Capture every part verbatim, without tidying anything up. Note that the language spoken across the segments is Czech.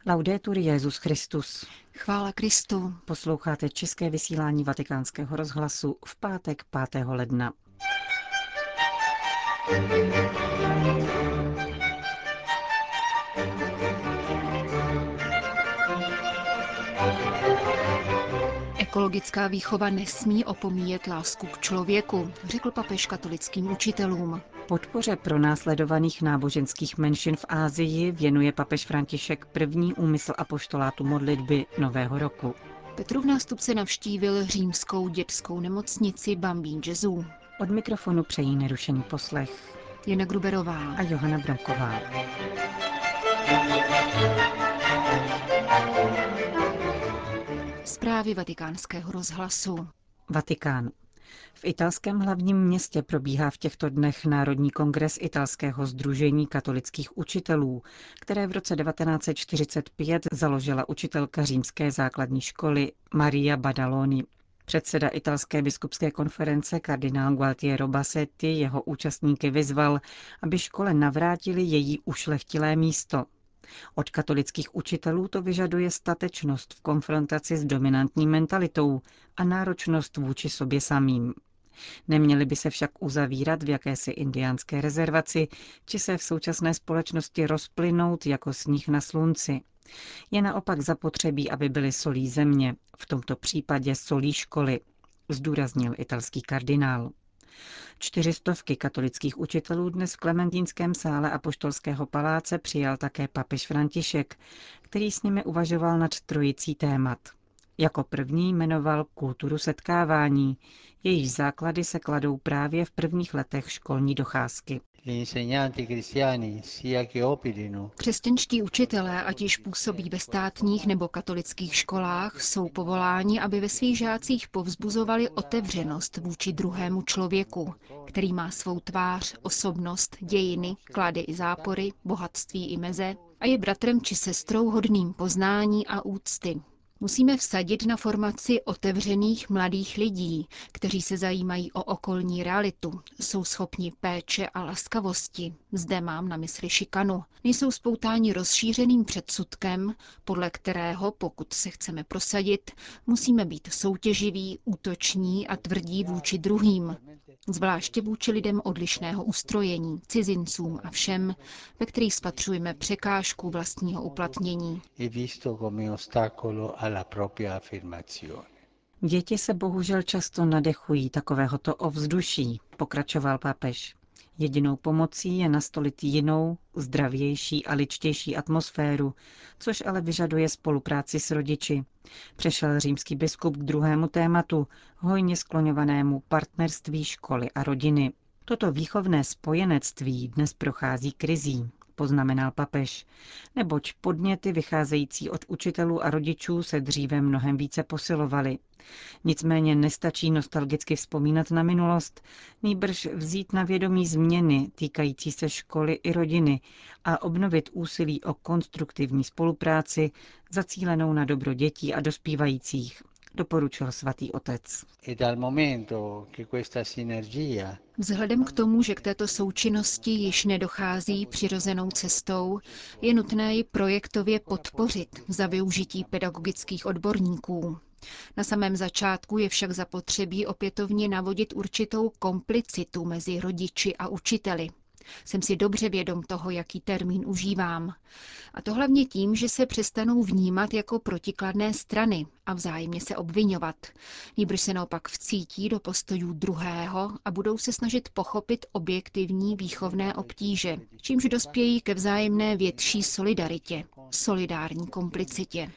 Laudetur Jesus Christus. Chvála Kristu. Posloucháte české vysílání Vatikánského rozhlasu v pátek pátého ledna. Ekologická výchova nesmí opomíjet lásku k člověku, řekl papež katolickým učitelům. Podpoře pronásledovaných náboženských menšin v Asii věnuje papež František první úmysl apoštolátu modlitby Nového roku. Petrův nástupce navštívil římskou dětskou nemocnici Bambín Gesù. Od mikrofonu přejí nerušený poslech Jana Gruberová a Johana Bronková. Zprávy Vatikánského rozhlasu. Vatikán. V italském hlavním městě probíhá v těchto dnech Národní kongres italského sdružení katolických učitelů, které v roce devatenáct set čtyřicet pět založila učitelka římské základní školy Maria Badaloni. Předseda italské biskupské konference kardinál Gualtiero Bassetti jeho účastníky vyzval, aby škole navrátili její ušlechtilé místo. Od katolických učitelů to vyžaduje statečnost v konfrontaci s dominantní mentalitou a náročnost vůči sobě samým. Neměli by se však uzavírat v jakési indiánské rezervaci, či se v současné společnosti rozplynout jako sníh na slunci. Je naopak zapotřebí, aby byly solí země, v tomto případě solí školy, zdůraznil italský kardinál. Čtyřistovky katolických učitelů dnes v Klementínském sále Apoštolského paláce přijal také papež František, který s nimi uvažoval nad trojicí témat. Jako první jmenoval kulturu setkávání, jejíž základy se kladou právě v prvních letech školní docházky. Křesťanští učitelé, ať již působí ve státních nebo katolických školách, jsou povoláni, aby ve svých žácích povzbuzovali otevřenost vůči druhému člověku, který má svou tvář, osobnost, dějiny, klady i zápory, bohatství i meze a je bratrem či sestrou hodným poznání a úcty. Musíme vsadit na formaci otevřených mladých lidí, kteří se zajímají o okolní realitu, jsou schopni péče a laskavosti, zde mám na mysli šikanu, nejsou spoutáni rozšířeným předsudkem, podle kterého, pokud se chceme prosadit, musíme být soutěživí, útoční a tvrdí vůči druhým, zvláště vůči lidem odlišného ustrojení, cizincům a všem, ve kterých spatřujeme překážku vlastního uplatnění. Děti se bohužel často nadechují takovéhoto ovzduší, pokračoval papež. Jedinou pomocí je nastolit jinou, zdravější a ličtější atmosféru, což ale vyžaduje spolupráci s rodiči. Přešel římský biskup k druhému tématu, hojně skloňovanému partnerství školy a rodiny. Toto výchovné spojenectví dnes prochází krizí, poznamenal papež, neboť podněty vycházející od učitelů a rodičů se dříve mnohem více posilovaly. Nicméně nestačí nostalgicky vzpomínat na minulost, nýbrž vzít na vědomí změny týkající se školy i rodiny a obnovit úsilí o konstruktivní spolupráci zacílenou na dobro dětí a dospívajících, doporučil svatý otec. Vzhledem k tomu, že k této součinnosti již nedochází přirozenou cestou, je nutné ji projektově podpořit za využití pedagogických odborníků. Na samém začátku je však zapotřebí opětovně navodit určitou komplicitu mezi rodiči a učiteli. Jsem si dobře vědom toho, jaký termín užívám. A to hlavně tím, že se přestanou vnímat jako protikladné strany a vzájemně se obviňovat. Nýbrž se naopak vcítí do postojů druhého a budou se snažit pochopit objektivní výchovné obtíže, čímž dospějí ke vzájemné větší solidaritě, solidární komplicitě.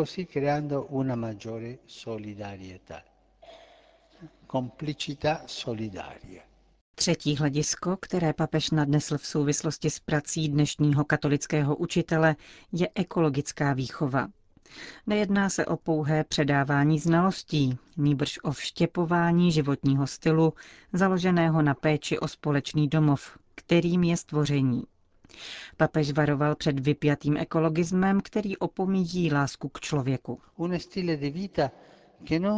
Complicità solidaria. Třetí hledisko, které papež nadnesl v souvislosti s prací dnešního katolického učitele, je ekologická výchova. Nejedná se o pouhé předávání znalostí, nýbrž o vštěpování životního stylu, založeného na péči o společný domov, kterým je stvoření. Papež varoval před vypjatým ekologismem, který opomíjí lásku k člověku.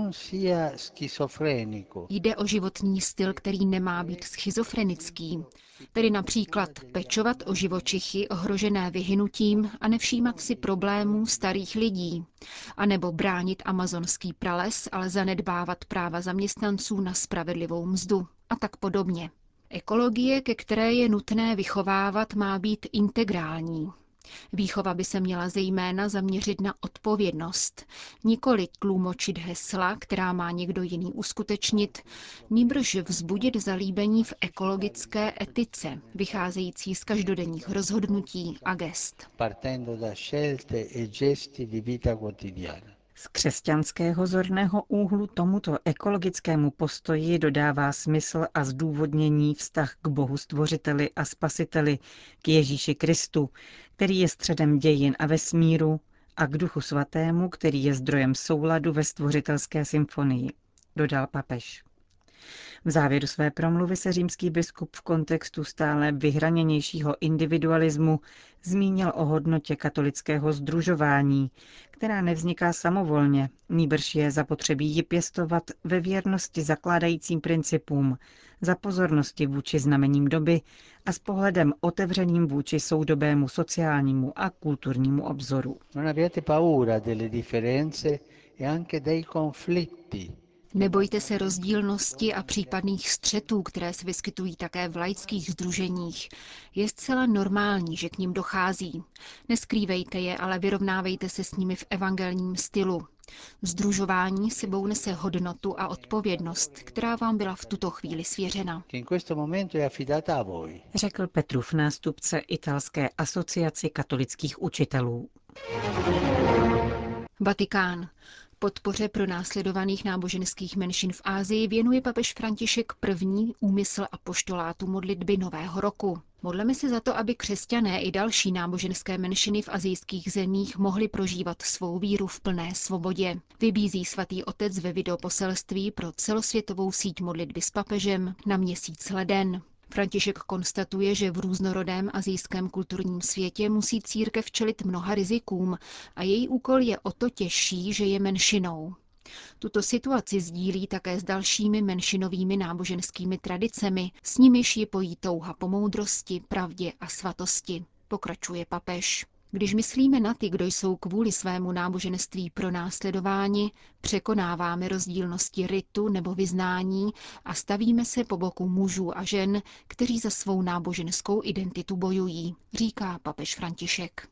Jde o životní styl, který nemá být schizofrenický. Tedy například pečovat o živočichy ohrožené vyhynutím a nevšímat si problémů starých lidí, anebo bránit amazonský prales, ale zanedbávat práva zaměstnanců na spravedlivou mzdu a tak podobně. Ekologie, ke které je nutné vychovávat, má být integrální. Výchova by se měla zejména zaměřit na odpovědnost, nikoli tlumočit hesla, která má někdo jiný uskutečnit, nýbrž vzbudit zalíbení v ekologické etice, vycházející z každodenních rozhodnutí a gest. Z křesťanského zorného úhlu tomuto ekologickému postoji dodává smysl a zdůvodnění vztah k Bohu stvořiteli a spasiteli, k Ježíši Kristu, který je středem dějin a vesmíru, a k Duchu svatému, který je zdrojem souladu ve stvořitelské symfonii, dodal papež. V závěru své promluvy se římský biskup v kontextu stále vyhraněnějšího individualismu zmínil o hodnotě katolického sdružování, která nevzniká samovolně, nýbrž je zapotřebí ji pěstovat ve věrnosti zakládajícím principům, za pozornosti vůči znamením doby a s pohledem otevřeným vůči soudobému sociálnímu a kulturnímu obzoru. Nebojte se rozdílnosti a případných střetů, které se vyskytují také v laických sdruženích. Je zcela normální, že k nim dochází. Neskrývejte je, ale vyrovnávejte se s nimi v evangelním stylu. Sdružování sebou nese hodnotu a odpovědnost, která vám byla v tuto chvíli svěřena, řekl Petrův nástupce Italské asociaci katolických učitelů. Vatikán. Podpoře pronásledovaných náboženských menšin v Asii věnuje papež František první úmysl apoštolátu modlitby Nového roku. Modleme se za to, aby křesťané i další náboženské menšiny v asijských zemích mohli prožívat svou víru v plné svobodě. Vybízí svatý otec ve videoposelství pro celosvětovou síť modlitby s papežem na měsíc leden. František konstatuje, že v různorodém asijském kulturním světě musí církev čelit mnoha rizikům a její úkol je o to těžší, že je menšinou. Tuto situaci sdílí také s dalšími menšinovými náboženskými tradicemi, s nimiž ji pojí touha po moudrosti, pravdě a svatosti, pokračuje papež. Když myslíme na ty, kdo jsou kvůli svému náboženství pronásledováni, překonáváme rozdílnosti ritu nebo vyznání a stavíme se po boku mužů a žen, kteří za svou náboženskou identitu bojují, říká papež František.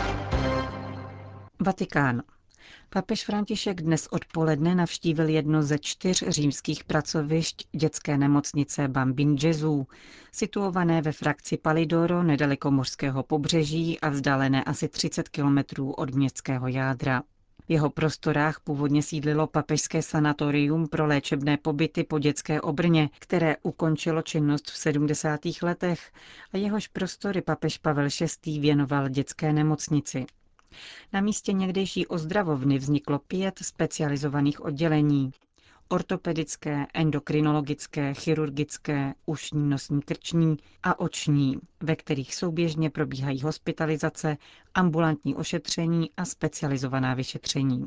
Vatikán. Papež František dnes odpoledne navštívil jedno ze čtyř římských pracovišť dětské nemocnice Bambin Gesù, situované ve frakci Palidoro nedaleko mořského pobřeží a vzdálené asi třicet kilometrů od městského jádra. V jeho prostorách původně sídlilo papežské sanatorium pro léčebné pobyty po dětské obrně, které ukončilo činnost v sedmdesátých letech a jehož prostory papež Pavel šestý. Věnoval dětské nemocnici. Na místě někdejší ozdravovny vzniklo pět specializovaných oddělení. Ortopedické, endokrinologické, chirurgické, ušní, nosní, krční a oční, ve kterých souběžně probíhají hospitalizace, ambulantní ošetření a specializovaná vyšetření.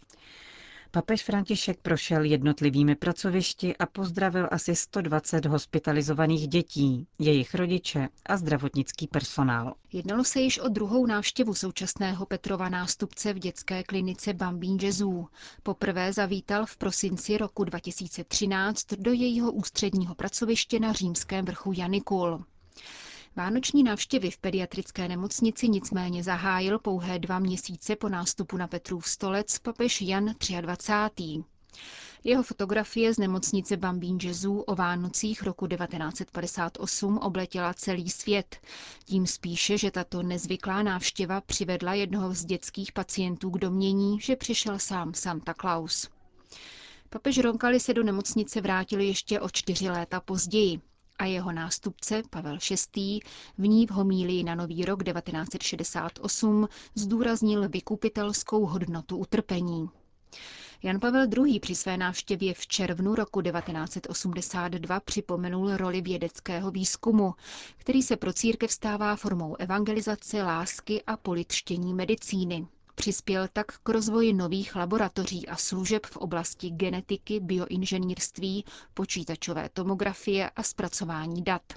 Papež František prošel jednotlivými pracovišti a pozdravil asi sto dvacet hospitalizovaných dětí, jejich rodiče a zdravotnický personál. Jednalo se již o druhou návštěvu současného Petrova nástupce v dětské klinice Bambin Gesù. Poprvé zavítal v prosinci roku dva tisíce třináct do jejího ústředního pracoviště na římském vrchu Janikul. Vánoční návštěvy v pediatrické nemocnici nicméně zahájil pouhé dva měsíce po nástupu na Petrův stolec papež Jan dvacátý třetí. Jeho fotografie z nemocnice Bambin Gesù o Vánocích roku devatenáct set padesát osm obletěla celý svět. Tím spíše, že tato nezvyklá návštěva přivedla jednoho z dětských pacientů k domnění, že přišel sám Santa Claus. Papež Roncalli se do nemocnice vrátil ještě o čtyři léta později a jeho nástupce Pavel šestý. v ní v homílii na Nový rok devatenáct set šedesát osm zdůraznil vykupitelskou hodnotu utrpení. Jan Pavel druhý. Při své návštěvě v červnu roku devatenáct set osmdesát dva připomenul roli vědeckého výzkumu, který se pro církev stává formou evangelizace, lásky a polidštění medicíny. Přispěl tak k rozvoji nových laboratoří a služeb v oblasti genetiky, bioinženýrství, počítačové tomografie a zpracování dat.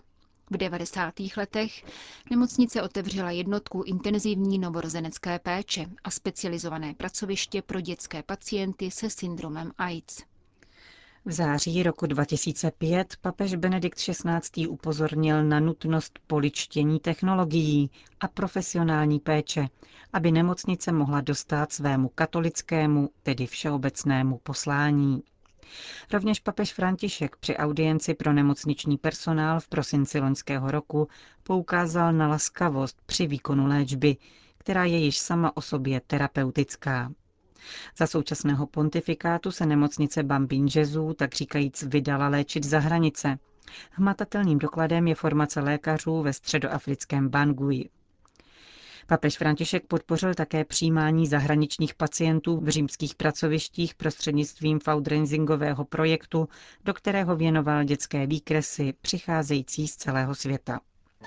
V devadesátých letech nemocnice otevřela jednotku intenzivní novorozenecké péče a specializované pracoviště pro dětské pacienty se syndromem AIDS. V září roku dva tisíce pět papež Benedikt šestnáctý. Upozornil na nutnost poličtění technologií a profesionální péče, aby nemocnice mohla dostát svému katolickému, tedy všeobecnému poslání. Rovněž papež František při audienci pro nemocniční personál v prosinci loňského roku poukázal na laskavost při výkonu léčby, která je již sama o sobě terapeutická. Za současného pontifikátu se nemocnice Bambin Gesù tak říkajíc vydala léčit za hranice. Hmatatelným dokladem je formace lékařů ve středoafrickém Bangui. Papež František podpořil také přijímání zahraničních pacientů v římských pracovištích prostřednictvím fundraisingového projektu, do kterého věnoval dětské výkresy přicházející z celého světa.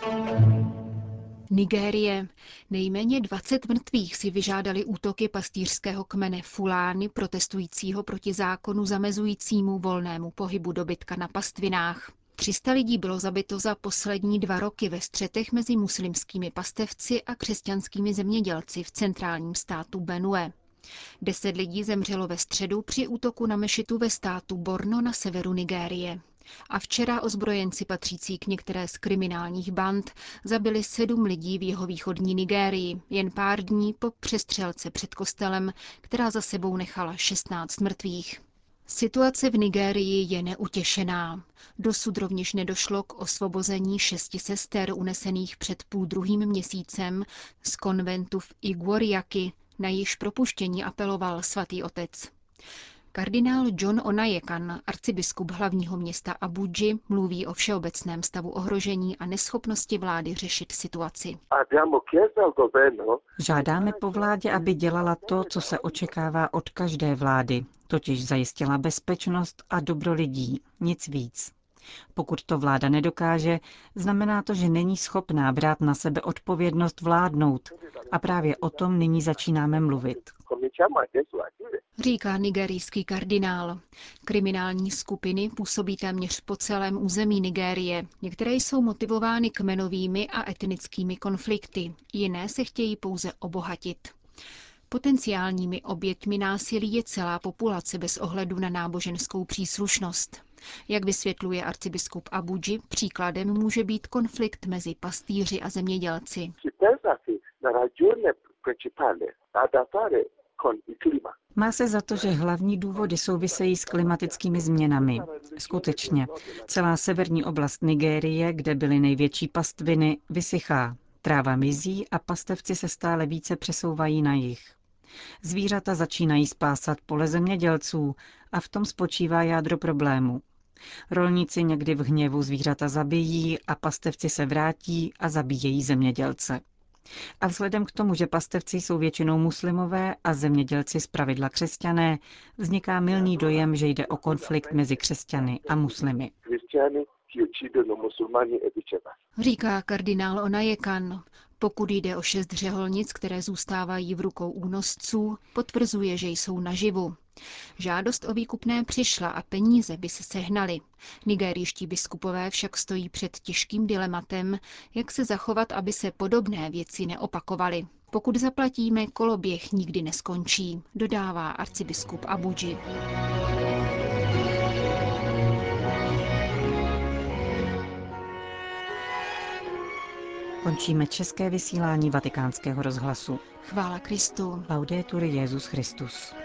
Nigérie. Nejméně dvacet mrtvých si vyžádali útoky pastýřského kmene Fulány protestujícího proti zákonu zamezujícímu volnému pohybu dobytka na pastvinách. tři sta lidí bylo zabito za poslední dva roky ve střetech mezi muslimskými pastevci a křesťanskými zemědělci v centrálním státu Benue. Deset lidí zemřelo ve středu při útoku na mešitu ve státu Borno na severu Nigérie. A včera ozbrojenci patřící k některé z kriminálních band zabili sedm lidí v jihovýchodní Nigérii, jen pár dní po přestřelce před kostelem, která za sebou nechala šestnáct mrtvých. Situace v Nigérii je neutěšená. Dosud rovněž nedošlo k osvobození šesti sester unesených před půl druhým měsícem z konventu v Igworiaki, na jejichž propuštění apeloval svatý otec. Kardinál John Onayekan, arcibiskup hlavního města Abudži, mluví o všeobecném stavu ohrožení a neschopnosti vlády řešit situaci. Žádáme po vládě, aby dělala to, co se očekává od každé vlády, totiž zajistila bezpečnost a dobro lidí, nic víc. Pokud to vláda nedokáže, znamená to, že není schopná brát na sebe odpovědnost vládnout. A právě o tom nyní začínáme mluvit. Říká nigerijský kardinál. Kriminální skupiny působí téměř po celém území Nigérie. Některé jsou motivovány kmenovými a etnickými konflikty, jiné se chtějí pouze obohatit. Potenciálními oběťmi násilí je celá populace bez ohledu na náboženskou příslušnost. Jak vysvětluje arcibiskup Abudži, příkladem může být konflikt mezi pastýři a zemědělci. Má se za to, že hlavní důvody souvisejí s klimatickými změnami. Skutečně, celá severní oblast Nigérie, kde byly největší pastviny, vysychá. Tráva mizí a pastevci se stále více přesouvají na jih. Zvířata začínají spásat pole zemědělců a v tom spočívá jádro problému. Rolníci někdy v hněvu zvířata zabijí a pastevci se vrátí a zabíjejí zemědělce. A vzhledem k tomu, že pastevci jsou většinou muslimové a zemědělci zpravidla křesťané, vzniká mylný dojem, že jde o konflikt mezi křesťany a muslimy. Říká kardinál Onayekan. Pokud jde o šest řeholnic, které zůstávají v rukou únosců, potvrzuje, že jsou naživu. Žádost o výkupné přišla a peníze by se sehnaly. Nigerijští biskupové však stojí před těžkým dilematem, jak se zachovat, aby se podobné věci neopakovaly. Pokud zaplatíme, koloběh nikdy neskončí, dodává arcibiskup Abudži. Končíme české vysílání Vatikánského rozhlasu. Chvála Kristu. Laudetur Jesus Christus.